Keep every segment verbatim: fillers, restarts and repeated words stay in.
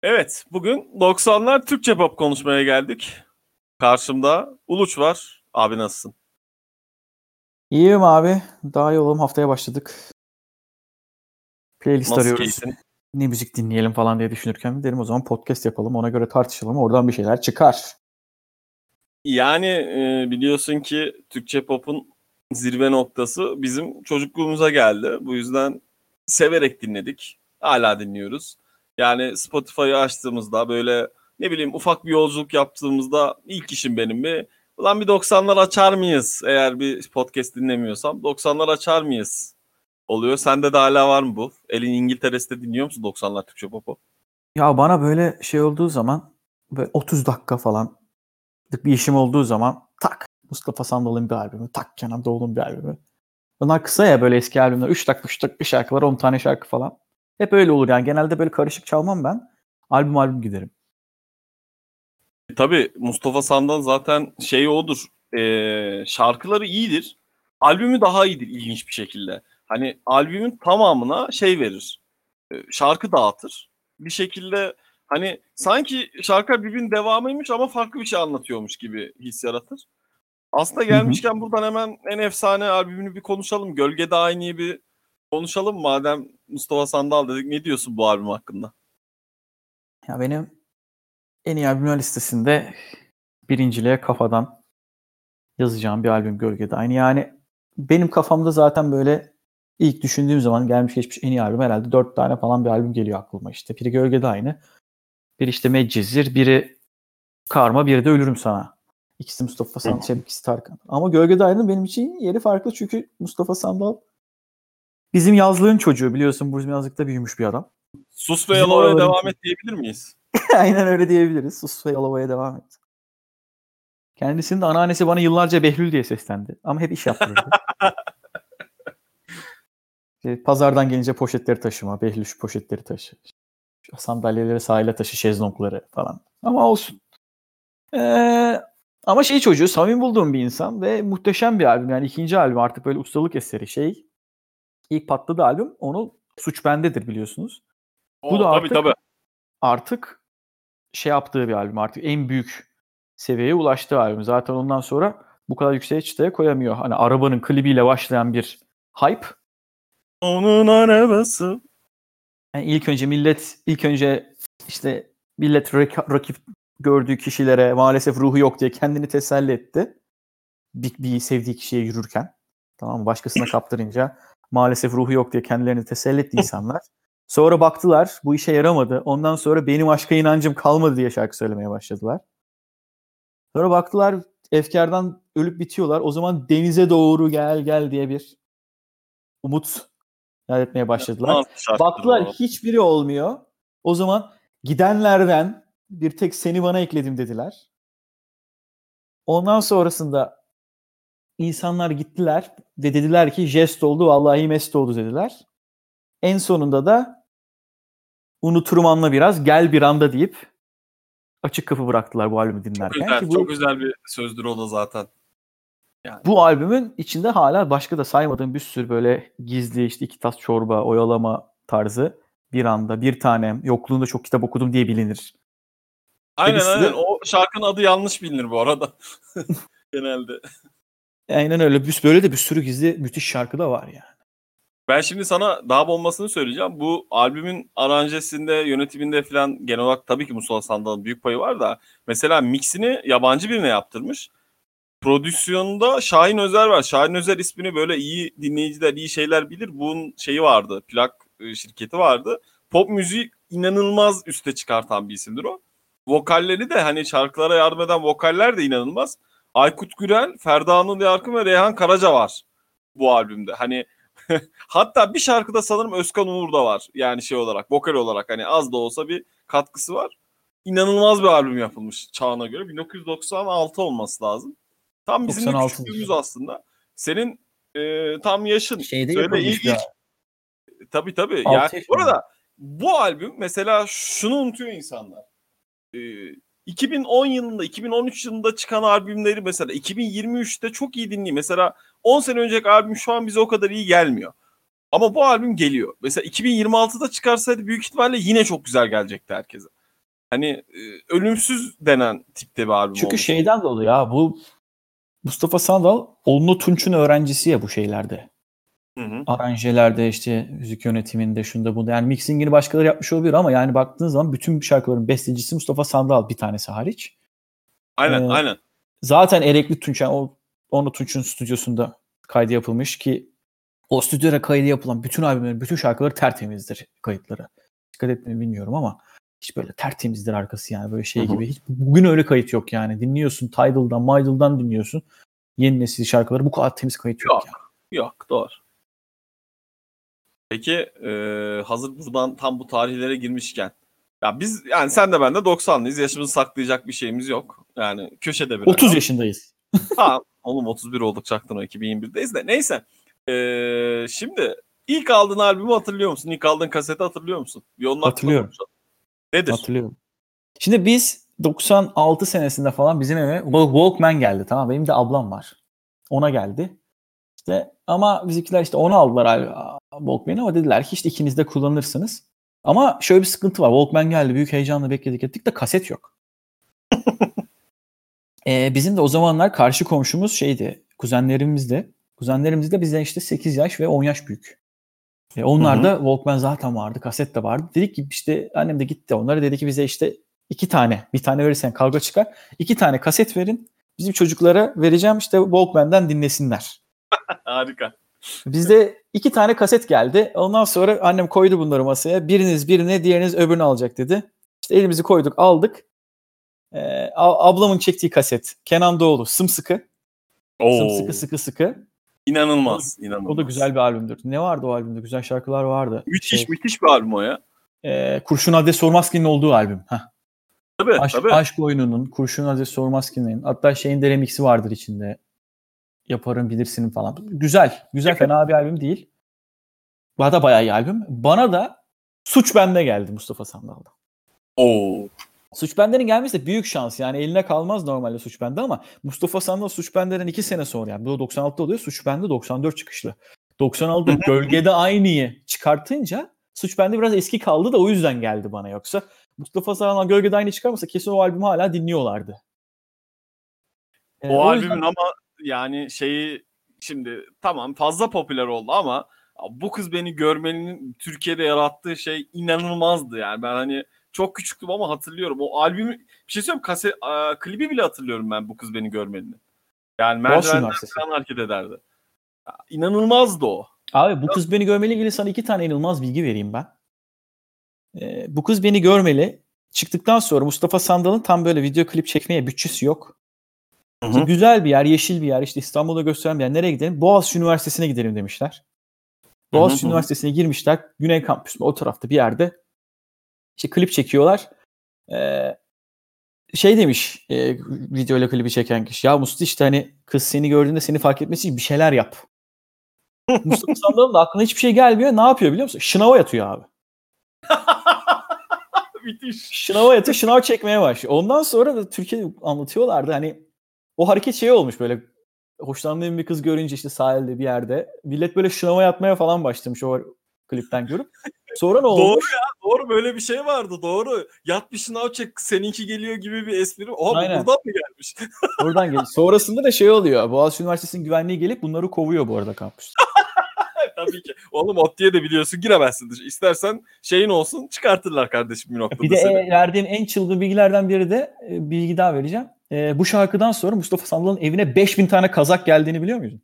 Evet, bugün doksanlar Türkçe pop konuşmaya geldik. Karşımda Uluç var. Abi nasılsın? İyiyim abi. Daha iyi olalım. Haftaya başladık. Playlist Nasıl arıyoruz. keyfin? Ne müzik dinleyelim falan diye düşünürken dedim o zaman podcast yapalım. Ona göre tartışalım. Oradan bir şeyler çıkar. Yani e, biliyorsun ki Türkçe pop'un zirve noktası bizim çocukluğumuza geldi. Bu yüzden severek dinledik. Hala dinliyoruz. Yani Spotify'ı açtığımızda böyle ne bileyim ufak bir yolculuk yaptığımızda ilk işim benim bir ulan bir doksanlar açar mıyız? Eğer bir podcast dinlemiyorsam doksanlar açar mıyız? Oluyor. Sende de hala var mı bu? Elin İngiltere'de dinliyor musun doksanlar Türkçe pop'u? Ya bana böyle şey olduğu zaman böyle otuz dakika falan bir işim olduğu zaman tak Mustafa Sandal'ın bir albümü, tak Kenan Doğulu'nun bir albümü. Bunlar kısa ya böyle eski albümler. üç dakika üç dakika bir şarkılar on tane şarkı falan. Hep öyle olur yani. Genelde böyle karışık çalmam ben. Albüm albüm giderim. E, tabii Mustafa Sandal zaten şey odur. E, şarkıları iyidir. Albümü daha iyidir ilginç bir şekilde. Hani albümün tamamına şey verir. E, şarkı dağıtır. Bir şekilde hani sanki şarkılar birbirinin devamıymış ama farklı bir şey anlatıyormuş gibi his yaratır. Aslında Hı hı. gelmişken buradan hemen en efsane albümünü bir konuşalım. Gölgede Aynı'yı bir konuşalım madem Mustafa Sandal dedik. Ne diyorsun bu albüm hakkında? Ya benim en iyi albümler listesinde birinciliğe kafadan yazacağım bir albüm Gölgede Aynı. Yani benim kafamda zaten böyle ilk düşündüğüm zaman gelmiş geçmiş en iyi albüm herhalde dört tane falan bir albüm geliyor aklıma işte. Biri Gölgede Aynı, biri işte Medcezir, biri Karma, biri de Ölürüm Sana. İkisi Mustafa Sandal, şey, ikisi Tarkan. Ama Gölgede Aynı'nın benim için yeri farklı çünkü Mustafa Sandal bizim yazlığın çocuğu, biliyorsun bu bizim yazlıkta büyümüş bir adam. Sus ve Bizim Yalova'ya oraların devam çocuğu. et diyebilir miyiz? Aynen öyle diyebiliriz. Sus ve Yalova'ya devam et. Kendisinin de anneannesi bana yıllarca Behlül diye seslendi. Ama hep iş yaptırırdı. İşte pazardan gelince poşetleri taşıma, Behlül şu poşetleri taşı. Sandalyeleri sahile taşı, şezlongları falan. Ama olsun. Ee, ama şey çocuğu samimi bulduğum bir insan ve muhteşem bir albüm. Yani ikinci albüm artık böyle ustalık eseri şey. İlk patladı albüm. Onu Suç Bendedir biliyorsunuz. Bu Oo da tabii artık tabii. artık şey yaptığı bir albüm. Artık en büyük seviyeye ulaştığı albüm. Zaten ondan sonra bu kadar yükseğe çıtaya koyamıyor. Hani arabanın klibiyle başlayan bir hype. Onun arabası. Yani ilk önce millet ilk önce işte millet rak- rakip gördüğü kişilere maalesef ruhu yok diye kendini teselli etti. Bir, bir sevdiği kişiye yürürken. Tamam mı? Başkasına kaptırınca maalesef ruhu yok diye kendilerini teselli etti insanlar. Sonra baktılar bu işe yaramadı. Ondan sonra benim aşka inancım kalmadı diye şarkı söylemeye başladılar. Sonra baktılar efkardan ölüp bitiyorlar. O zaman denize doğru gel gel diye bir umut yad etmeye başladılar. Nasıl şarkıdır Baktılar o? hiçbiri olmuyor. O zaman gidenlerden bir tek seni bana ekledim dediler. Ondan sonrasında insanlar gittiler ve dediler ki jest oldu vallahi mest oldu dediler. En sonunda da unuturum anla biraz gel bir anda deyip açık kapı bıraktılar bu albümü Çok dinlerken güzel, ki çok bu güzel bir sözdür o da zaten. Yani. bu albümün içinde hala başka da saymadığım bir sürü böyle gizli işte iki tas çorba, oyalama tarzı bir anda bir tanem yokluğunda çok kitap okudum diye bilinir. Ve bir Aynen aynen. sürü O şarkının adı yanlış bilinir bu arada. Genelde. aynen öyle. Bir- Böyle de bir sürü gizli müthiş şarkı da var yani. Ben şimdi sana daha bombasını söyleyeceğim. Bu albümün aranjesinde, yönetiminde falan genel olarak tabii ki Mustafa Sandal'ın büyük payı var da mesela mixini yabancı birine yaptırmış. Prodüksiyonunda Şahin Özer var. Şahin Özer ismini böyle iyi dinleyiciler, iyi şeyler bilir. Bunun şeyi vardı, plak e, şirketi vardı. Pop müziği inanılmaz üste çıkartan bir isimdir o. Vokalleri de hani şarkılara yardım eden vokaller de inanılmaz. Aykut Gürel, Ferda Anıl Yarkın ve Reyhan Karaca var bu albümde. Hani hatta bir şarkıda sanırım Özkan Uğur da var. Yani şey olarak, vokal olarak hani az da olsa bir katkısı var. İnanılmaz bir albüm yapılmış çağına göre. bin dokuz yüz doksan altı olması lazım. Tam bizim de doksan altıdır. küçüklüğümüz aslında. Senin e, tam yaşın. Şeyde Söyle ilk yapılmış bir ilk. Tabii tabii. Yani altı bu yaşında. arada bu albüm mesela şunu unutuyor insanlar. E, iki bin on yılında, iki bin on üç yılında çıkan albümleri mesela iki bin yirmi üçte çok iyi dinleyin. Mesela on sene önceki albüm şu an bize o kadar iyi gelmiyor. Ama bu albüm geliyor. Mesela iki bin yirmi altıda çıkarsaydı büyük ihtimalle yine çok güzel gelecekti herkese. hani e, ölümsüz denen tipte bir albüm Çünkü olmuş. şeyden dolayı ya bu Mustafa Sandal Onlu Tunç'un öğrencisi ya bu şeylerde. Hı hı. Aranjelerde işte müzik yönetiminde şunda bunda yani mixingini başkaları yapmış olabilir ama yani baktığın zaman bütün şarkıların bestecisi Mustafa Sandal bir tanesi hariç. Aynen Ee, aynen. Zaten Erekli Tunç yani o Onlu Tunç'un stüdyosunda kaydı yapılmış ki o stüdyoda kaydı yapılan bütün albümlerin bütün şarkıları tertemizdir kayıtları. Dikkat etmeyi bilmiyorum ama hiç böyle tertemizdir arkası yani böyle şey Hı hı. gibi. Hiç, bugün öyle kayıt yok yani. Dinliyorsun Tidal'dan, Tidal'dan dinliyorsun. Yeni nesil şarkıları bu kadar temiz kayıt yok, Yok. yani. Yok doğru. Peki e, hazır buradan tam bu tarihlere girmişken ya biz yani sen de ben de doksanlıyız. Yaşımızı saklayacak bir şeyimiz yok. Yani köşede bir otuz rakam. yaşındayız. Ha oğlum otuz bir olduk çaktın o iki bin yirmi birdeyiz de. Neyse. Ee, şimdi ilk aldığın albümü hatırlıyor musun? İlk aldığın kaseti hatırlıyor musun? Bir onun hakkında Hatırlıyorum. konuşalım. Nedir? Hatırlıyorum. Şimdi biz doksan altı senesinde falan bizim eve Walkman geldi, tamam. Benim de ablam var. Ona geldi. İşte ama bizimkiler işte onu aldılar abi Walkman'i ama dediler ki işte ikiniz de kullanırsınız. Ama şöyle bir sıkıntı var. Walkman geldi. Büyük heyecanla bekledik ettik de kaset yok. ee, bizim de o zamanlar karşı komşumuz şeydi. Kuzenlerimiz de. Kuzenlerimiz de bizden işte sekiz yaş ve on yaş büyük. E onlar Hı hı. da Walkman zaten vardı. Kaset de vardı. Dedik ki işte annem de gitti onlara. Dedi ki bize işte iki tane. Bir tane verirsen kavga çıkar. İki tane kaset verin. Bizim çocuklara vereceğim işte Walkman'den dinlesinler. Harika. Bizde iki tane kaset geldi. Ondan sonra annem koydu bunları masaya. Biriniz birine, diğeriniz öbürünü alacak dedi. İşte elimizi koyduk, aldık. Ee, ablamın çektiği kaset. Kenan Doğulu, Sımsıkı. Oo. Sımsıkı sıkı sıkı. İnanılmaz. O, inanılmaz. o da güzel bir albümdür. Ne vardı o albümde? Güzel şarkılar vardı. Müthiş Şey, müthiş bir albüm o ya. e, Kurşun Adres Sormazki'nin olduğu albüm. Heh. Tabii Aşk, tabii. Aşk Oyunu'nun, Kurşun Adres Sormazki'nin. Hatta şeyin de remix'i vardır içinde. Yaparım Bilirsin'in falan. Güzel. Güzel, fena bir albüm değil. Bu da bayağı iyi albüm. Bana da Suç Bende geldi Mustafa Sandal'da. Oo. Suç Bende'nin gelmesi de büyük şans. Yani eline kalmaz normalde Suç Bende ama Mustafa Sandal Suç Bende'den iki sene sonra yani bu doksan altıda oluyor. Suç Bende doksan dört çıkışlı. doksan altıda Gölgede Aynı'yı çıkartınca Suç Bende biraz eski kaldı da o yüzden geldi bana. Yoksa Mustafa Sandal Gölgede Aynı çıkarmasa kesin o albümü hala dinliyorlardı. Ee, O o albümün yüzden ama yani şeyi şimdi tamam fazla popüler oldu ama bu kız beni görmenin Türkiye'de yarattığı şey inanılmazdı yani. Ben hani çok küçüktüm ama hatırlıyorum. O albümü bir şey söyleyeyim kaset a, klibi bile hatırlıyorum ben bu kız beni görmenin. Yani Boğaziçi merdivenden Üniversitesi. falan hareket ederdi. Ya, İnanılmazdı o. Abi bu kız beni görmeli ilgili sana iki tane inanılmaz bilgi vereyim ben. Ee, bu kız beni görmeli çıktıktan sonra Mustafa Sandal'ın tam böyle video klip çekmeye bütçesi yok. Hı İşte hı. güzel bir yer, yeşil bir yer, işte İstanbul'da gösteren bir yer. Nereye gidelim? Boğaziçi Üniversitesi'ne gidelim demişler. Boğaziçi Hı hı hı. Üniversitesi'ne girmişler. Güney Kampüsü o tarafta bir yerde. İşte klip çekiyorlar. Ee, şey demiş e, videoyla klibi çeken kişi. Ya Mustafa işte hani kız seni gördüğünde seni fark etmesi için bir şeyler yap. Mustafa Sandal'ın da aklına hiçbir şey gelmiyor. Ne yapıyor biliyor musun? Şınava yatıyor abi. Müthiş. Şınava yatıyor, şınav çekmeye başlıyor. Ondan sonra da Türkiye'de anlatıyorlardı. Hani o hareket şey olmuş böyle. Hoşlandığım bir kız görünce işte sahilde bir yerde. Millet böyle şınava yatmaya falan başlamış o klipten görüp. Sonra ne Doğru olmuş? ya doğru böyle bir şey vardı doğru. Yat bir şınav çek seninki geliyor gibi bir espri. Oha bu Aynen. buradan mı gelmiş? Oradan geliyor. Sonrasında da şey oluyor. Boğaziçi Üniversitesi'nin güvenliği gelip bunları kovuyor bu arada kampüste. Tabii ki. Oğlum ODTÜ'ye de biliyorsun giremezsin. İstersen şeyin olsun çıkartırlar kardeşim bir noktada Bir de seni. e, verdiğim en çılgın bilgilerden biri de e, bilgi daha vereceğim. E, bu şarkıdan sonra Mustafa Sandal'ın evine beş bin tane kazak geldiğini biliyor muydun?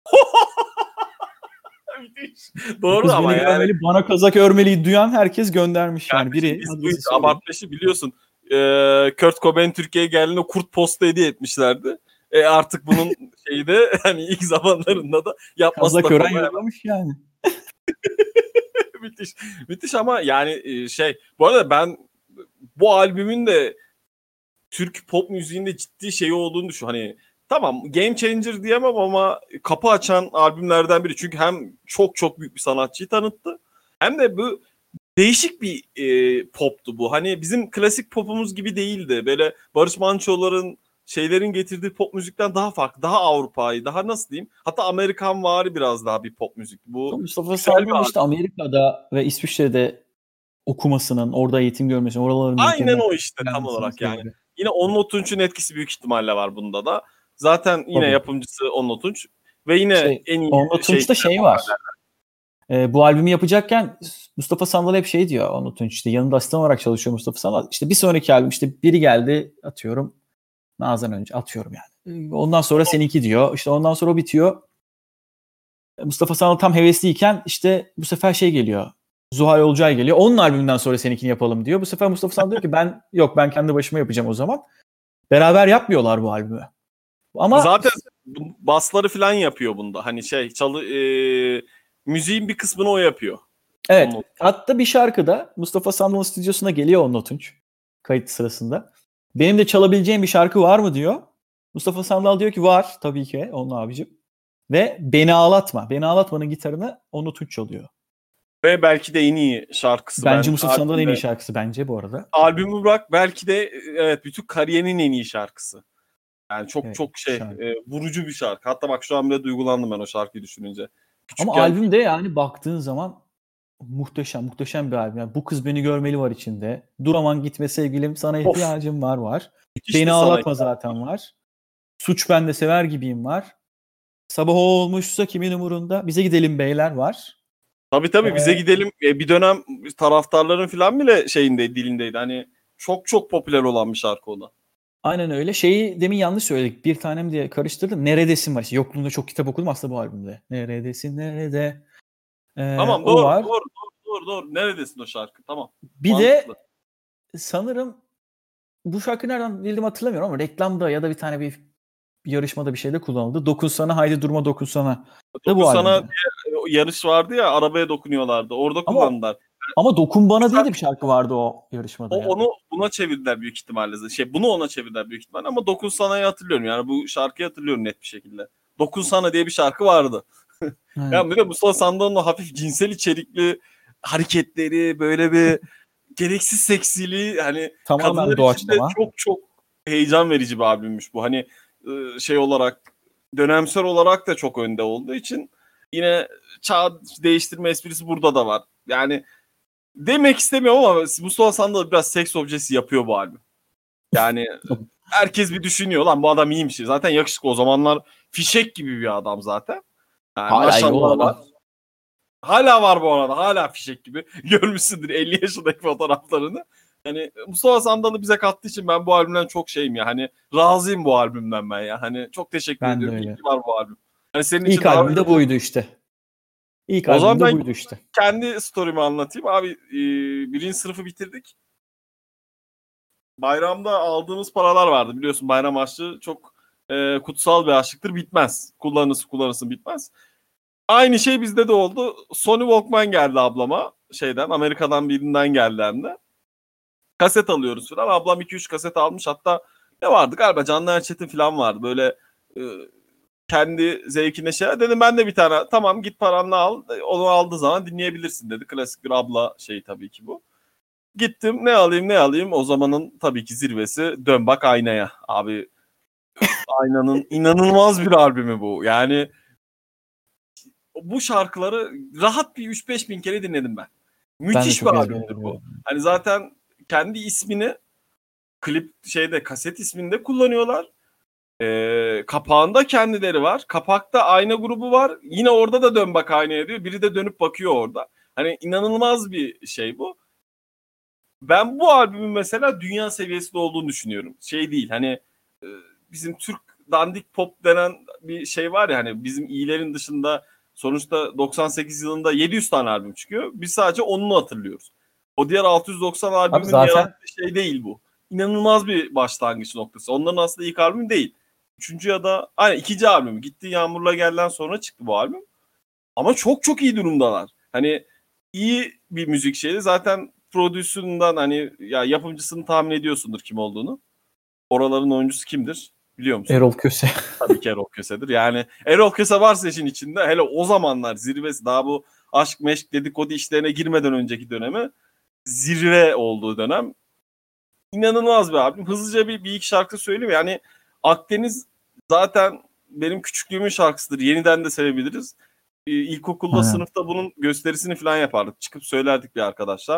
Müthiş. Bu Doğru kız ama beni yani görmeli, bana kazak örmeliyi duyan herkes göndermiş. Yani kardeşim biri biz hadi bu size söyleyeyim. abartmışı biliyorsun. Ee, Kurt Cobain Türkiye'ye geldiğinde kurt posta hediye etmişlerdi. E artık bunun şeyi de hani ilk zamanlarında da yapması Kazak da ören kolay. yollamış yani. Müthiş. Müthiş ama yani e, şey bu arada ben bu albümün de Türk pop müziğinde ciddi şey olduğunu düşünüyorum. Hani tamam game changer diyemem ama kapı açan albümlerden biri. Çünkü hem çok çok büyük bir sanatçıyı tanıttı hem de bu değişik bir e, poptu bu. Hani bizim klasik popumuz gibi değildi. Böyle Barış Manço'ların şeylerin getirdiği pop müzikten daha farklı, daha Avrupa'yı, daha nasıl diyeyim? Hatta Amerikan vari biraz daha bir pop müzik. Bu Mustafa güzel bir Sandal albüm. işte Amerika'da ve İsviçre'de okumasının, orada eğitim görmesinin, oraların Aynen o işte tam olarak sebebi. yani. Yine Onno Tunç'un etkisi büyük ihtimalle var bunda da. Zaten yine Tabii. yapımcısı Onno Tunç ve yine Şey, en iyi Onno Tunç'ta şey, şey var. E, bu albümü yapacakken Mustafa Sandal hep şey diyor, Onno Tunç işte yanında asistan olarak çalışıyor Mustafa Sandal. İşte bir sonraki albüm işte biri geldi atıyorum Nazan önce atıyorum yani. Ondan sonra seninki diyor. İşte ondan sonra o bitiyor. Mustafa Sandal tam hevesliyken işte bu sefer şey geliyor. Zuhal Olcay geliyor. Onun albümünden sonra seninkini yapalım diyor. Bu sefer Mustafa Sandal diyor ki ben yok ben kendi başıma yapacağım o zaman. Beraber yapmıyorlar bu albümü. Ama zaten basları falan yapıyor bunda. Hani şey çalı e, müziğin bir kısmını o yapıyor. evet. Onno. Hatta bir şarkıda Mustafa Sandal'ın stüdyosuna geliyor Onno Tunç kayıt sırasında. Benim de çalabileceğim bir şarkı var mı diyor. Mustafa Sandal diyor ki var tabii ki Onno abicim. Ve Beni Ağlatma. Beni Ağlatma'nın gitarını Onno Tunç çalıyor. Ve belki de en iyi şarkısı. Bence ben Mustafa Sandal'ın en albümde- iyi şarkısı bence bu arada. Albümü bırak belki de evet bütün kariyerinin en iyi şarkısı. Yani çok Evet, çok şey şarkı. e, vurucu bir şarkı. Hatta bak şu an bile duygulandım ben o şarkıyı düşününce. Küçükken Ama albümde yani baktığın zaman muhteşem muhteşem bir albüm. Yani bu kız beni görmeli var içinde. Dur aman gitme sevgilim sana ihtiyacım var var. müthişti Beni sana. ağlatma zaten var. Suç bende sever gibiyim var. Sabah olmuşsa kimin umurunda? Bize gidelim beyler var. Tabii tabii bize Ee, gidelim. E, bir dönem taraftarların falan bile şeyinde dilindeydi. Hani çok çok popüler olan bir şarkı o da. Aynen öyle. Şeyi demin yanlış söyledik. Bir tanem diye karıştırdım. Neredesin var. İşte yokluğunda çok kitap okudum aslında bu albümde. Neredesin nerede? Ee, Tamam o doğru, var. doğru doğru doğru doğru. Neredesin o şarkı? Tamam. Bir Mantıklı. de sanırım bu şarkı nereden bildiğimi hatırlamıyorum ama reklamda ya da bir tane bir, bir yarışmada bir şeyde kullanıldı. Dokunsana haydi durma dokunsana. Da Dokun bu sana albümde. diye o yarış vardı ya arabaya dokunuyorlardı. Orada Ama kullandılar. ama Dokun Bana diye de Sen- bir şarkı vardı o yarışmada O ya. onu buna çevirdiler büyük ihtimalle. Şey bunu ona çevirdiler büyük ihtimalle ama Dokun Sana'yı hatırlıyorum. Yani bu şarkıyı hatırlıyorum net bir şekilde. Dokun Sana diye bir şarkı vardı. Aynen. Ya bir de Mustafa Sandal'ın o hafif cinsel içerikli hareketleri böyle bir gereksiz seksiliği hani Tamamen kadınlar için de doğaçlama. çok çok heyecan verici bir albümmüş bu. Hani e, şey olarak dönemsel olarak da çok önde olduğu için yine çağ değiştirme esprisi burada da var. Yani demek istemiyorum ama Mustafa Sandal biraz seks objesi yapıyor bu albüm. Yani herkes bir düşünüyor lan bu adam iyiymiş. Zaten yakışıklı o zamanlar fişek gibi bir adam zaten. Yani Hala iyi o maşallah var. adam. Hala var bu arada. Hala fişek gibi. Görmüşsündür elli yaşındaki fotoğraflarını. Hani Mustafa Sandal'ı bize kattığı için ben bu albümden çok şeyim ya. Hani razıyım bu albümden ben ya. Hani çok teşekkür Ben de ediyorum. öyle. İyi ki var bu albüm. Hani senin İlk için daha albüm de buydu işte. İlk O zaman albüm de ben buydu işte. kendi story'mi anlatayım. Abi e, birinci sınıfı bitirdik. Bayramda aldığımız paralar vardı. Biliyorsun bayram harçlığı çok e, kutsal bir harçlıktır. Bitmez. Kullanırsın kullanırsın bitmez. Aynı şey bizde de oldu. Sony Walkman geldi ablama. Şeyden Amerika'dan birinden geldi hem de. Kaset alıyoruz falan. Ablam iki üç kaset almış. Hatta ne vardı galiba Canlı Erçetin falan vardı. Böyle e, kendi zevkine şey. Dedim ben de bir tane tamam git paranla al. Onu aldığı zaman dinleyebilirsin dedi. Klasik bir abla şeyi tabii ki bu. Gittim ne alayım ne alayım. O zamanın tabii ki zirvesi Dön Bak Aynaya. Abi Aynanın inanılmaz bir albümü bu. Yani bu şarkıları rahat bir üç beş bin kere dinledim ben. Ben de Müthiş çok bir ezbere albümdür bu. biliyorum. Hani zaten kendi ismini klip şeyde kaset isminde kullanıyorlar. Ee, kapağında kendileri var. Kapakta Ayna grubu var. Yine orada da Dön Bak Aynaya diyor. Biri de dönüp bakıyor orada. Hani inanılmaz bir şey bu. Ben bu albümün mesela dünya seviyesinde olduğunu düşünüyorum. Şey değil hani e, bizim Türk dandik pop denen bir şey var ya hani bizim iyilerin dışında sonuçta doksan sekiz yılında yedi yüz tane albüm çıkıyor. Biz sadece onunu hatırlıyoruz. O diğer altı yüz doksan Abi albümün zaten yarattığı şey değil bu. İnanılmaz bir başlangıç noktası. Onların aslında ilk albüm değil. Üçüncü ya da aynen ikinci albüm. Gitti Yağmurla Gel'den sonra çıktı bu albüm. Ama çok çok iyi durumdalar. Hani iyi bir müzik şeydi. Zaten prodüksiyonundan hani ya yapımcısını tahmin ediyorsundur kim olduğunu. Oraların oyuncusu kimdir? Biliyor musun? Erol Köse. Tabii ki Erol Köse'dir. Yani Erol Köse varsa işin içinde hele o zamanlar zirvesi daha bu aşk meşk dedikodu işlerine girmeden önceki dönemi zirve olduğu dönem. İnanılmaz bir albüm. Hızlıca bir, bir iki şarkı söyleyeyim. Yani Akdeniz zaten benim küçüklüğümün şarkısıdır. Yeniden de sevebiliriz. İlkokulda Aynen. sınıfta bunun gösterisini falan yapardık. Çıkıp söylerdik bir arkadaşla.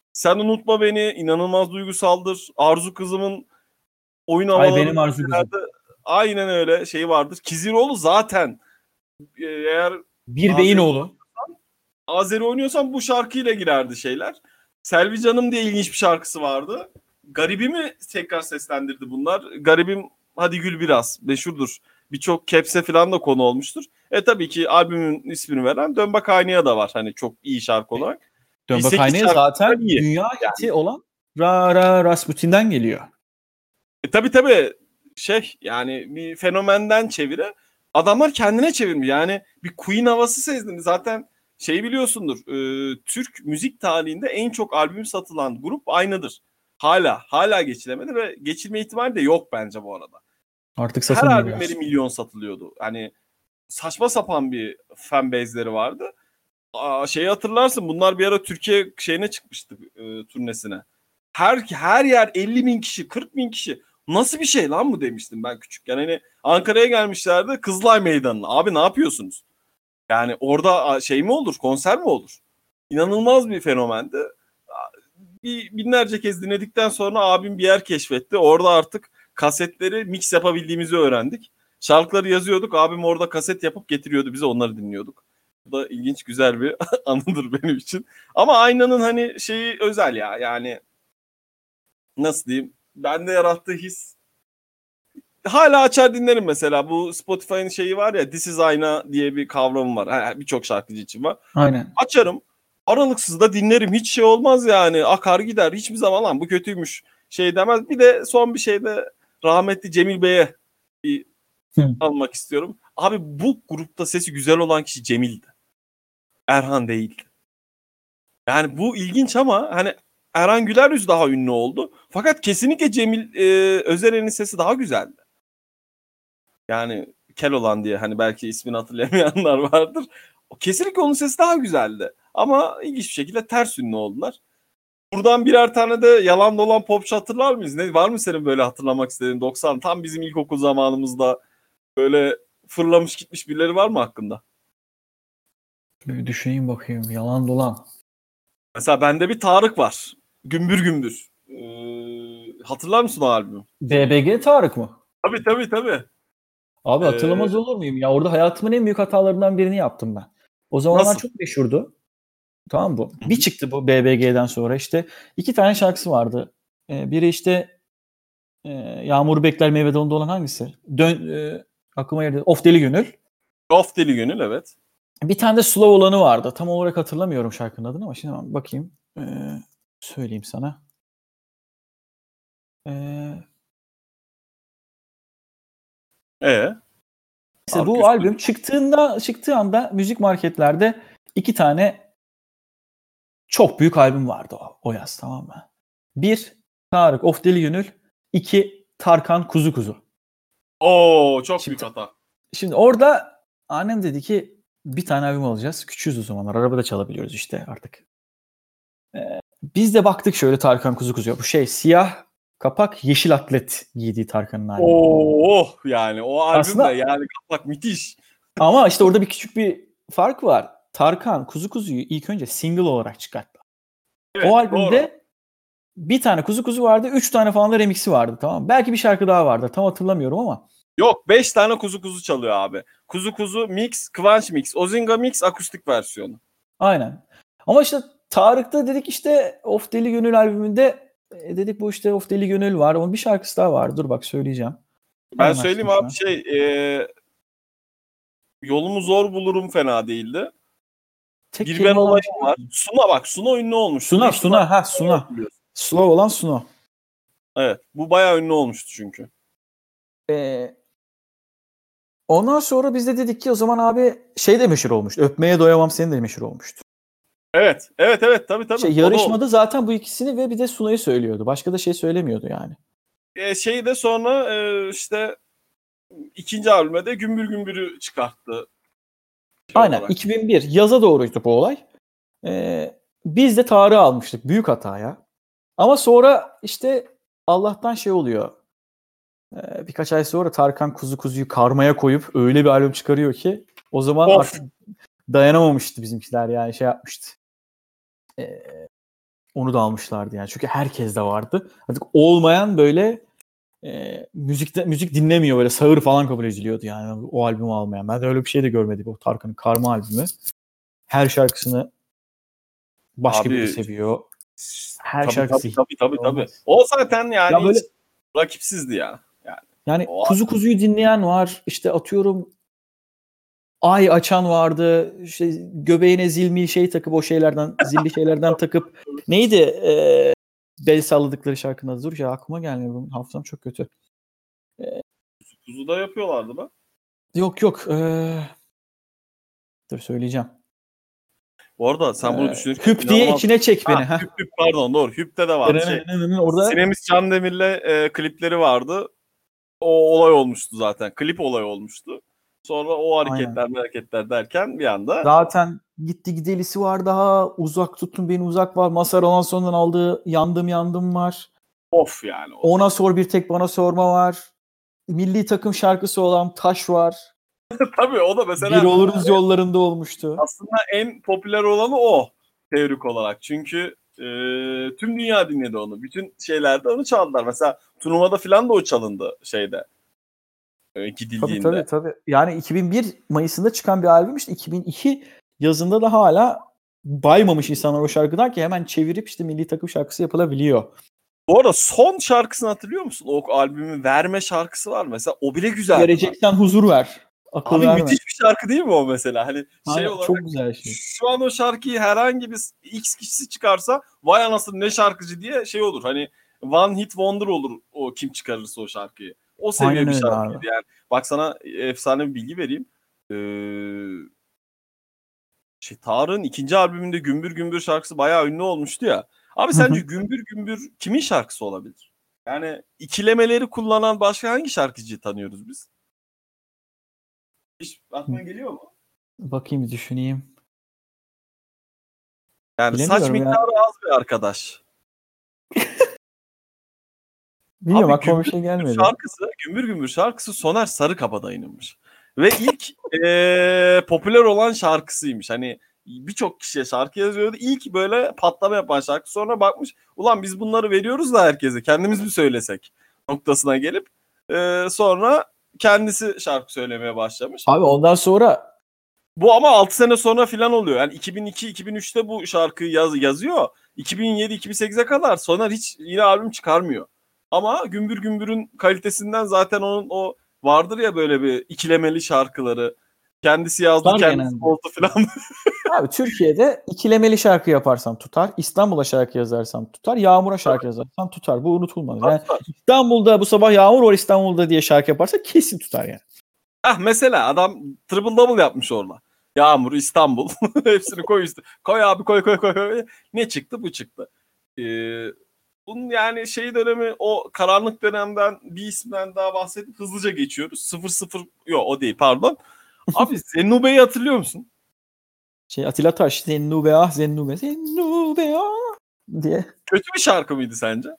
Sen Unutma Beni inanılmaz duygusaldır. Arzu Kızım'ın oyun Ay havaları benim Arzu Kızım. aynen öyle şey vardır. Kiziroğlu zaten e, eğer Bir Azeri, Beyinoğlu. Azeri oynuyorsan bu şarkıyla girerdi şeyler. Selvi Canım diye ilginç bir şarkısı vardı. Garibim'i tekrar seslendirdi bunlar. Garibim Hadi Gül Biraz meşhurdur. Birçok kepse falan da konu olmuştur. E tabii ki albümün ismini veren Dön Bak Aynaya da var. Hani çok iyi şarkı olarak. Dön Bak sekiz Aynaya şarkı zaten iyi. dünya hiti olan Ra Ra Rasputin'den geliyor. E tabii tabii şey yani bir fenomenden çevire adamlar kendine çevirmiş. Yani bir Queen havası sezdim. Zaten şey biliyorsundur. E, Türk müzik tarihinde en çok albüm satılan grup aynıdır. Hala hala geçilemedi ve geçilme ihtimali de yok bence bu arada. Artık Her satılmıyor albümleri biraz. milyon satılıyordu. Hani saçma sapan bir fan base'leri vardı. Aa, şeyi hatırlarsın bunlar bir ara Türkiye şeyine çıkmıştı e, turnesine. Her her yer elli bin kişi, kırk bin kişi. Nasıl bir şey lan bu demiştim ben küçükken. Hani Ankara'ya gelmişlerdi Kızılay Meydanı'na. Abi ne yapıyorsunuz? Yani orada şey mi olur, konser mi olur? İnanılmaz bir fenomendi. Bir binlerce kez dinledikten sonra abim bir yer keşfetti. Orada artık kasetleri mix yapabildiğimizi öğrendik. Şarkıları yazıyorduk. Abim orada kaset yapıp getiriyordu bize, onları dinliyorduk. Bu da ilginç, güzel bir anıdır benim için. Ama Aynanın hani şeyi özel ya. Yani nasıl diyeyim? Bende yarattığı his. Hala açar dinlerim mesela. Bu Spotify'ın şeyi var ya, This is Ayna diye bir kavramı var. Birçok şarkıcı için var. Aynen. Açarım. Aralıksız da dinlerim. Hiç şey olmaz yani. Akar gider. Hiçbir zaman lan bu kötüymüş şey demez. Bir de son bir şey de rahmetli Cemil Bey'e bir Hı. almak istiyorum. Abi bu grupta sesi güzel olan kişi Cemil'di. Erhan değildi. Yani bu ilginç ama hani Erhan Güler daha ünlü oldu. Fakat kesinlikle Cemil e, Özer'in sesi daha güzeldi. Yani Keloğlan diye hani belki ismini hatırlayamayanlar vardır. Kesinlikle onun sesi daha güzeldi. Ama ilginç bir şekilde ters ünlü oldular. Buradan birer tane de yalan dolan popçu hatırlar mıyız? Ne var mı senin böyle hatırlamak istediğin doksan tam bizim ilkokul zamanımızda böyle fırlamış gitmiş birileri var mı hakkında? Bir düşüneyim bakayım. Yalan dolan. Mesela bende bir Tarık var. Gümbür gümbür. Ee, hatırlar mısın o albümü? B B G Tarık mı? Tabii tabii tabii. Abi Ee, hatırlamaz olur muyum? Ya orada hayatımın en büyük hatalarından birini yaptım ben. O zamanlar Nasıl? çok meşhurdu. Tamam mı bu? Hı hı. Bir çıktı bu B B G'den sonra işte iki tane şarkısı vardı. Ee, biri işte e, Yağmur Bekler Meyvede Onda olan hangisi? Dön e, aklıma geldi. Of Deli Gönül. Of Deli Gönül, evet. Bir tane de Slow olanı vardı. Tam olarak hatırlamıyorum şarkının adını ama şimdi hemen bakayım. Ee, söyleyeyim sana. Ee, Ee, işte bu üstü. albüm çıktığında çıktığı anda müzik marketlerde iki tane çok büyük albüm vardı o, o yaz, tamam mı? Bir Tarık Of Deli Gönül, iki Tarkan Kuzu Kuzu. Oo, çok Şimdi, büyük hata. şimdi orada annem dedi ki bir tane albüm alacağız. Küçüğüz o zamanlar. Arabada çalabiliyoruz işte artık. Ee, biz de baktık şöyle Tarkan Kuzu Kuzu'ya. Bu şey siyah kapak yeşil atlet giydiği Tarkan'ın albümü. Oo, yani o albüm Aslında- de yani kapak müthiş. Ama işte orada bir küçük bir fark var. Tarkan Kuzu Kuzu'yu ilk önce single olarak çıkarttı. Evet, O albümde doğru. bir tane Kuzu Kuzu vardı. Üç tane falan da remix'i vardı, tamam mı? Belki bir şarkı daha vardı. Tam hatırlamıyorum ama. Yok, beş tane kuzu kuzu çalıyor abi. Kuzu kuzu mix, Kıvanç mix, Ozinga mix, akustik versiyonu. Aynen. Ama işte Tarık'ta dedik işte Of Deli Gönül albümünde e, dedik bu işte Of Deli Gönül var. Onun bir şarkısı daha var. Dur bak söyleyeceğim. Ben Hemen söyleyeyim açtım şu abi an. şey e, yolumu zor bulurum fena değildi. Tek Bir ben kelime olan bir olayım şey var. yok mu? Suna bak, Suna ünlü olmuştu. Suna, Büyük ihtimalle Suna, ha Suna. hatırlıyorsun. Slow olan Suna. Evet, bu bayağı ünlü olmuştu çünkü. Ee, ondan sonra biz de dedik ki o zaman abi şey de meşhur olmuştu. Öpmeye Doyamam Seni de meşhur olmuştu. Evet, evet, evet, tabii tabii. Şey, O da oldu. yarışmada zaten bu ikisini ve bir de Suna'yı söylüyordu. Başka da şey söylemiyordu yani. E, şeyi de sonra e, işte ikinci albüme de Gümbür Gümbür'ü çıkarttı. Şey Aynen olarak. iki bin bir yaza doğruydu bu olay. Ee, biz de Tarık'ı almıştık. Büyük hata ya. Ama sonra işte Allah'tan şey oluyor. Ee, birkaç ay sonra Tarkan Kuzu Kuzu'yu karmaya koyup öyle bir albüm çıkarıyor ki o zaman Of. artık dayanamamıştı bizimkiler yani şey yapmıştı. Ee, onu da almışlardı yani. Çünkü herkes de vardı. Artık olmayan böyle e, müzikte müzik dinlemiyor, böyle sağır falan kabul ediliyordu yani o albümü almayan. Ben de öyle bir şey de görmedim. O Tarkan'ın Karma albümü. Her şarkısını başka biri Abi seviyor. Her tabii şarkısı tabii tabii tabii tabii. inanılmaz. O zaten yani Ya böyle hiç rakipsizdi ya. Yani yani o kuzu kuzuyu dinleyen var. İşte atıyorum ay açan vardı. İşte göbeğine zilmi şey takıp o şeylerden zilli şeylerden takıp neydi? Ee, bel salladıkları şarkının adı. Dur ya aklıma gelmiyor. Benim hafızam çok kötü. Ee, kuzuda yapıyorlardı mı? yok yok. Ee, dur söyleyeceğim. Bu arada sen bunu Ee, düşünürken hüp diye inanılmaz. içine çek beni. Ha, Ha. Hüp Hüp pardon doğru. Hüp'te de vardı şey. Orada Sinemiş Candemir'le e, klipleri vardı. O olay olmuştu zaten. Klip olay olmuştu. Sonra o aynen. hareketler hareketler derken bir anda Zaten gitti gidelisi var daha. Uzak tutun beni uzak var. Mazhar Alanson'dan aldığı yandım yandım var. of yani. O. Ona sor bir tek bana sorma var. Milli takım şarkısı olan Taş var. Tabii o da Bir mesela oluruz yollarında olmuştu. aslında en popüler olanı o teorik olarak. Çünkü e, tüm dünya dinledi onu. Bütün şeylerde onu çaldılar. Mesela turnuvada falan da o çalındı şeyde. E, Tabii gidildiğinde. tabii tabii. Yani iki bin bir Mayıs'ında çıkan bir albüm, işte iki bin iki yazında da hala baymamış insanlar o şarkıdan ki hemen çevirip işte milli takım şarkısı yapılabiliyor. Bu arada son şarkısını hatırlıyor musun? O albümün Verme şarkısı var mesela. O bile güzeldi. Vereceksen huzur ver. Akıl Abi verme. müthiş bir şarkı değil mi o mesela? Hani şey Aynen, olarak çok güzel şey. şu an o şarkıyı herhangi bir X kişisi çıkarsa vay anasını ne şarkıcı diye şey olur. Hani one hit wonder olur o kim çıkarırsa o şarkıyı. O seviye Aynen bir öyle şarkıydı abi. yani. Bak sana efsane bir bilgi vereyim. Ee, şey, Tarık'ın ikinci albümünde Gümbür Gümbür şarkısı bayağı ünlü olmuştu ya. Abi sence Gümbür Gümbür kimin şarkısı olabilir? Yani ikilemeleri kullanan başka hangi şarkıcıyı tanıyoruz biz? Hiç aklına geliyor mu? Bakayım bir düşüneyim. Yani saç Bilemiyorum ya. miktarı az bir arkadaş. Bilmiyorum, Abi aklıma bir Gümbür şey Gümbür gelmedi. şarkısı, Gümbür Gümbür şarkısı Soner Sarıkabadayı'nınmış. Ve ilk eee, popüler olan şarkısıymış. Hani birçok kişiye şarkı yazıyordu. İlk böyle patlama yapan şarkı. Sonra bakmış ulan biz bunları veriyoruz da herkese. Kendimiz mi söylesek noktasına gelip eee, sonra kendisi şarkı söylemeye başlamış. Abi ondan sonra Bu ama altı sene sonra falan oluyor. Yani iki bin iki iki bin üçte bu şarkıyı yaz, yazıyor. iki bin yedi iki bin sekize kadar Soner hiç yine albüm çıkarmıyor. Ama Gümbür Gümbür'ün kalitesinden zaten onun o vardır ya böyle bir ikilemeli şarkıları. Kendisi yazdı, tutar kendisi genelde. oldu falan. Abi Türkiye'de ikilemeli şarkı yaparsan tutar. İstanbul'a şarkı yazarsan tutar. Yağmur'a şarkı yazarsan tutar. Bu unutulmaz. Yani İstanbul'da bu sabah yağmur var İstanbul'da diye şarkı yaparsa kesin tutar yani. Ah mesela adam triple double yapmış orada. Yağmur, İstanbul. Hepsini koy üstüne. Koy abi koy koy koy. koy. Ne çıktı bu çıktı. Ee, bunun yani şey dönemi o karanlık dönemden bir isimden daha bahsedip hızlıca geçiyoruz. sıfır sıfır yok o değil pardon. Abi Zennube'yi hatırlıyor musun? Şey Atilla Taş, Zennube ah Zennube, Zennube ah diye. Kötü bir şarkı mıydı sence?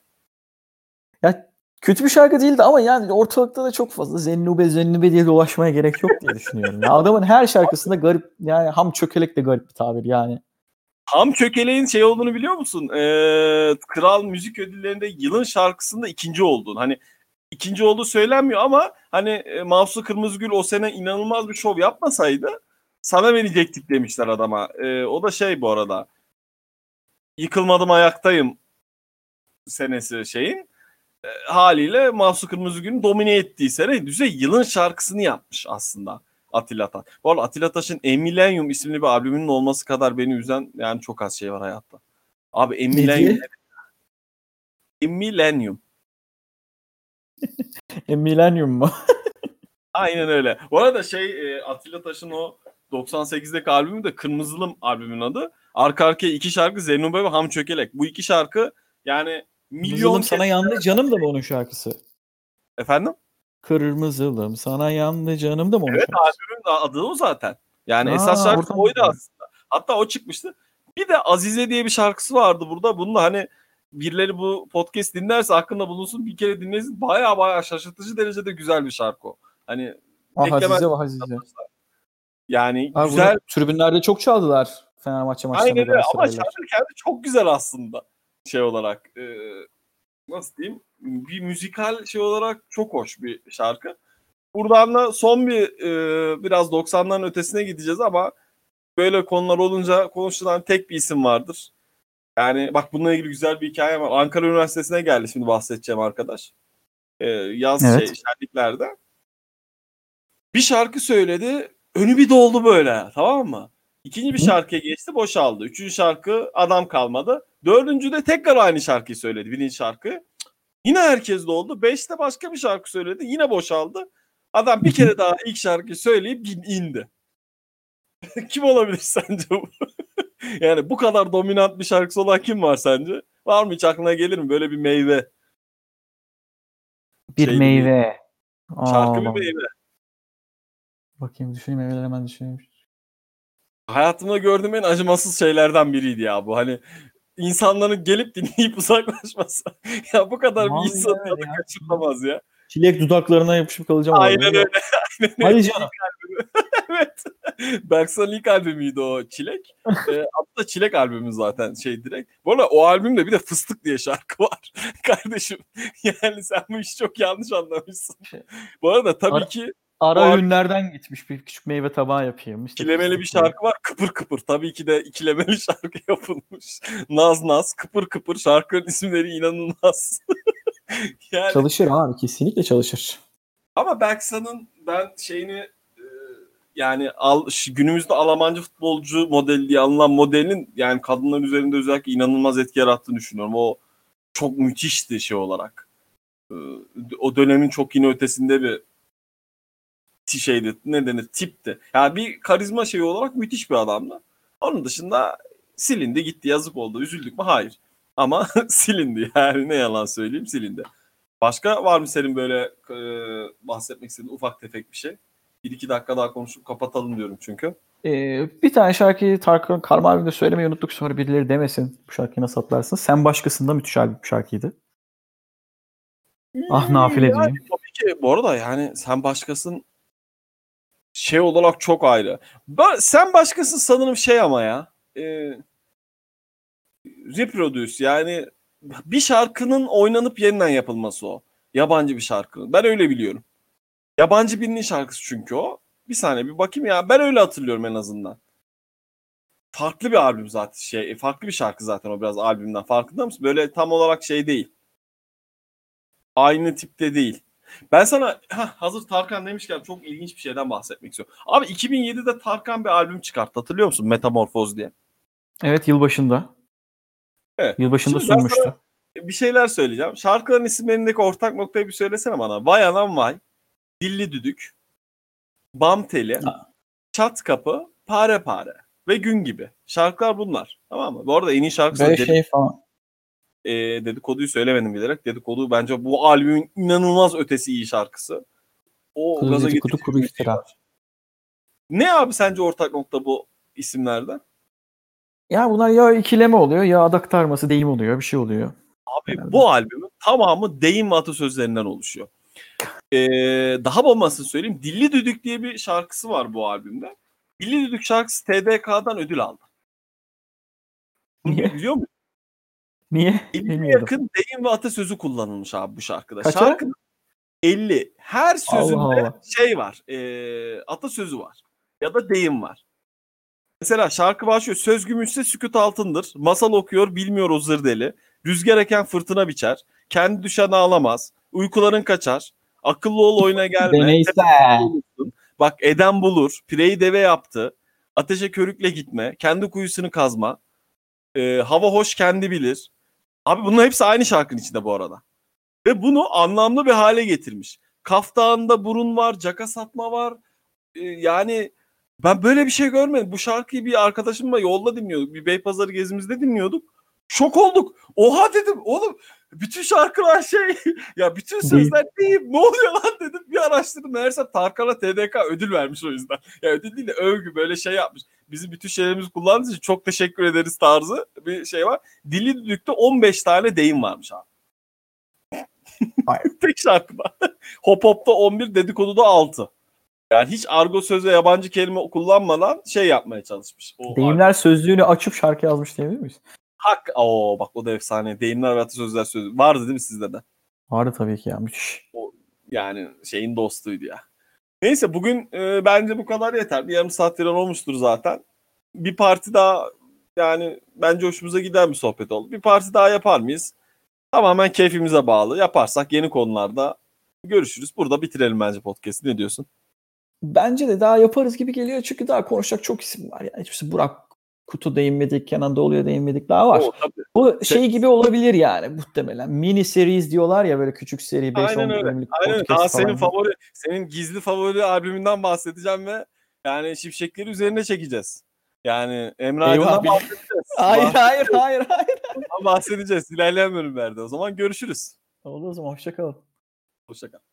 Ya kötü bir şarkı değildi ama yani ortalıkta da çok fazla Zennube Zennube diye dolaşmaya gerek yok diye düşünüyorum. Ya adamın her şarkısında garip, yani ham çökelek de garip bir tabir yani. Ham Çökeleğin şey olduğunu biliyor musun? Ee, Kral Müzik Ödülleri'nde yılın şarkısında ikinci olduğunu. Hani ikinci olduğu söylenmiyor ama hani e, Mahsun Kırmızıgül o sene inanılmaz bir şov yapmasaydı sana verecektik demişler adama. Ee, o da şey bu arada. Yıkılmadım ayaktayım senesi şeyin. E, haliyle Mahsun Kırmızıgül'ün domine ettiği sene düze yılın şarkısını yapmış aslında Atilla Taş. Bu arada Atilla Taş'ın Emilenyum isimli bir albümünün olması kadar beni üzen yani çok az şey var hayatta. Abi Emilenyum. Ne Emilenyum. E, Millennium mu? Aynen öyle. Bu arada şey e, Atilla Taş'ın o doksan sekizdeki albümü de Kırmızılım albümün adı. Arka arkaya iki şarkı Zennube ve Ham Çökelek. Bu iki şarkı yani milyon Kırmızılım kez... sana yandı canım da mı onun şarkısı? Efendim? Kırmızılım sana yandı canım da mı onun Evet şarkısı? albümün adı o zaten. Yani esas Aa, şarkı oradan oydu biliyorum. aslında. Hatta o çıkmıştı. Bir de Azize diye bir şarkısı vardı burada. Bunu da hani birileri bu podcast dinlerse hakkında bulunsun bir kere dinlesin. Baya baya şaşırtıcı derecede güzel bir şarkı o. Hani Ah beklemez. Azize vah Azize. Yani Abi güzel. bunu tribünlerde çok çaldılar Fenerbahçe Aynen maçlarında öyle ama Galatasaraylılar. şarkı kendi çok güzel aslında. şey olarak e, nasıl diyeyim, bir müzikal şey olarak çok hoş bir şarkı. Buradan da son bir e, biraz doksanların ötesine gideceğiz ama böyle konular olunca konuşulan tek bir isim vardır. Yani bak bununla ilgili güzel bir hikaye var. Ankara Üniversitesi'ne geldi şimdi bahsedeceğim arkadaş. E, yaz Evet. şey şenliklerde. Bir şarkı söyledi. Önü bir doldu böyle, tamam mı? İkinci bir Hı. şarkıya geçti, boşaldı. Üçüncü şarkı adam kalmadı. Dördüncüde tekrar aynı şarkıyı söyledi. Birinci şarkı. Yine herkes doldu. Beşte başka bir şarkı söyledi. Yine boşaldı. Adam bir kere daha ilk şarkıyı söyleyip indi. Kim olabilir sence bu? Yani bu kadar dominant bir şarkısı olan kim var sence? Var mı hiç aklına gelir mi böyle bir meyve? Bir Şeyli meyve. Şarkı bir Aa, meyve. bakayım düşüneyim, meyveleri hemen düşüneyim. Hayatımda gördüğüm en acımasız şeylerden biriydi ya bu. Hani insanların gelip dinleyip uzaklaşması. Ya bu kadar bir Vallahi insan evet tadı ya. kaçırılamaz ya. Çilek dudaklarına yapışıp kalacağım orada. Aynen öyle. Aynen öyle. Hadi İlk canım. albümü. Evet. Berksan'ın ilk albümüydü o Çilek. Ee, adı da Çilek albümü zaten şey direkt. Bu arada o albümde bir de Fıstık diye şarkı var. Kardeşim yani sen bu işi çok yanlış anlamışsın. Bu arada tabii Ara, ki ara o albüm öğünlerden gitmiş, bir küçük meyve tabağı yapayım. İşte ikilemeli bir fıstık diye. şarkı var. Kıpır kıpır. Tabii ki de ikilemeli şarkı yapılmış. Naz naz, kıpır kıpır. Şarkının isimleri inanılmaz. Yani Çalışır abi, kesinlikle çalışır. ama Berksan'ın ben şeyini e, yani al, şu günümüzde Almancı futbolcu modeli diye anılan modelinin yani kadınlar üzerinde özellikle inanılmaz etki yarattığını düşünüyorum. O çok müthişti şey olarak. E, o dönemin çok yine ötesinde bir ti- şeydi. Ne denir? Tipti. Yani bir karizma şeyi olarak müthiş bir adamdı. Onun dışında silindi gitti, yazık oldu. Üzüldük mü? Hayır. Ama silindi yani ne yalan söyleyeyim, silindi. Başka var mı senin böyle e, bahsetmek istediğin ufak tefek bir şey? Bir iki dakika daha konuşup kapatalım diyorum çünkü. Ee, bir tane şarkıyı Tarkan Karma albümde söylemeyi unuttuk, sonra birileri demesin bu şarkıyı nasıl atlarsın. Sen Başkasında müthiş albüm şarkıydı. Ah nafile Yani diyeyim. tabii ki bu arada yani sen başkasın şey olarak çok ayrı. Ben, sen başkasın sanırım şey ama ya e, reproduce yani bir şarkının oynanıp yeniden yapılması o. Yabancı bir şarkının. Ben öyle biliyorum. Yabancı birinin şarkısı çünkü o. Bir saniye bir bakayım ya. Ben öyle hatırlıyorum en azından. Farklı bir albüm zaten şey. Farklı bir şarkı zaten o biraz albümden. Farkında mısın? Böyle tam olarak şey değil. Aynı tipte değil. Ben sana heh, hazır Tarkan demişken çok ilginç bir şeyden bahsetmek istiyorum. Abi iki bin yedide Tarkan bir albüm çıkarttı. Hatırlıyor musun? Metamorfoz diye. Evet, yılbaşında. Evet. Yılbaşında Şimdi ben sana sunmuştu. bir şeyler söyleyeceğim. Şarkıların isimlerindeki ortak noktayı bir söylesene bana. Vay anam vay. Dilli düdük. Bam teli. Ha. Çat kapı. Pare pare. Ve gün gibi. Şarkılar bunlar. Tamam mı? Bu arada en iyi şarkısı da Böyle dedik, şey falan. e, dedikoduyu söylemedim bilerek. Dedikodu bence bu albümün inanılmaz ötesi iyi şarkısı. O Kuru gaza dedikodu, getirici kuru bir müziği iftira. var. Ne abi sence ortak nokta bu isimlerden? Ya bunlar ya ikileme oluyor ya adaktarması deyim oluyor, bir şey oluyor. Abi Genelde. bu albümün tamamı deyim ve atasözlerinden oluşuyor. Ee, daha bombasını söyleyeyim. Dilli Düdük diye bir şarkısı var bu albümde. Dilli Düdük şarkısı T D K'dan ödül aldı. Bunu Niye? biliyor musun? Niye? elliye Bilmiyordum. yakın deyim ve atasözü kullanılmış abi bu şarkıda. Kaça? Şarkının elli. Her Allah sözünde Allah. şey var. E, atasözü var. Ya da deyim var. Mesela şarkı başlıyor. Söz gümüşse sükût altındır. Masal okuyor bilmiyor o zır deli. Rüzgar eken fırtına biçer. Kendi düşen ağlamaz. Uykuların kaçar. Akıllı ol oyuna gelme. Deneyse. Olursun. Bak eden bulur. Pireyi deve yaptı. Ateşe körükle gitme. Kendi kuyusunu kazma. Ee, hava hoş kendi bilir. Abi bunların hepsi aynı şarkının içinde bu arada. Ve bunu anlamlı bir hale getirmiş. Kaftağında burun var. Caka satma var. Ee, yani ben böyle bir şey görmedim. Bu şarkıyı bir arkadaşımla yolda dinliyorduk. Bir Beypazarı gezimizde dinliyorduk. Şok olduk. Oha dedim oğlum bütün şarkılar şey ya bütün sözler değil. Ne oluyor lan dedim. Bir araştırdım. Meğerse Tarkan'a T D K ödül vermiş o yüzden. Ya ödül değil de övgü böyle şey yapmış. Bizim bütün şeylerimizi kullandığınız için çok teşekkür ederiz tarzı bir şey var. Dilli Düdük'te on beş tane deyim varmış abi. Tek şarkıda. Hop Hop'ta on bir, Dedikodu'da altı. Yani hiç argo söz ve yabancı kelime kullanmadan şey yapmaya çalışmış. O Deyimler sözlüğünü açıp şarkı yazmış diyebilir miyiz? Hak. Oo bak o da efsane. Deyimler ve atasözler sözü. Vardı değil mi sizde de? Vardı tabii ki ya, müthiş. O, yani şeyin dostuydu ya. Neyse bugün e, bence bu kadar yeter. Bir yarım saat falan olmuştur zaten. Bir parti daha yani bence hoşumuza giden bir sohbet oldu. Bir parti daha yapar mıyız? Tamamen keyfimize bağlı. Yaparsak yeni konularda görüşürüz. Burada bitirelim bence podcast'i. Ne diyorsun? Bence de daha yaparız gibi geliyor çünkü daha konuşacak çok isim var. Yani hiçbirisi Burak Kutu değinmedik, Kenan Doğulu'ya değinmedik, daha var. Oo, tabii. Bu şey gibi olabilir yani muhtemelen. Mini series diyorlar ya, böyle küçük seri beş on Aynen öyle. bölümlük Aynen öyle. podcast Daha falan. senin favori, senin gizli favori albümünden bahsedeceğim ve yani Şimşekleri üzerine çekeceğiz. Yani Emre Eyvah, Aydın'dan bir- bahsedeceğiz. Hayır Bah- hayır hayır hayır. Bahsedeceğiz. İlerleyen bölümlerde. O zaman görüşürüz. Oldu o zaman, hoşça kalın. Hoşça kal.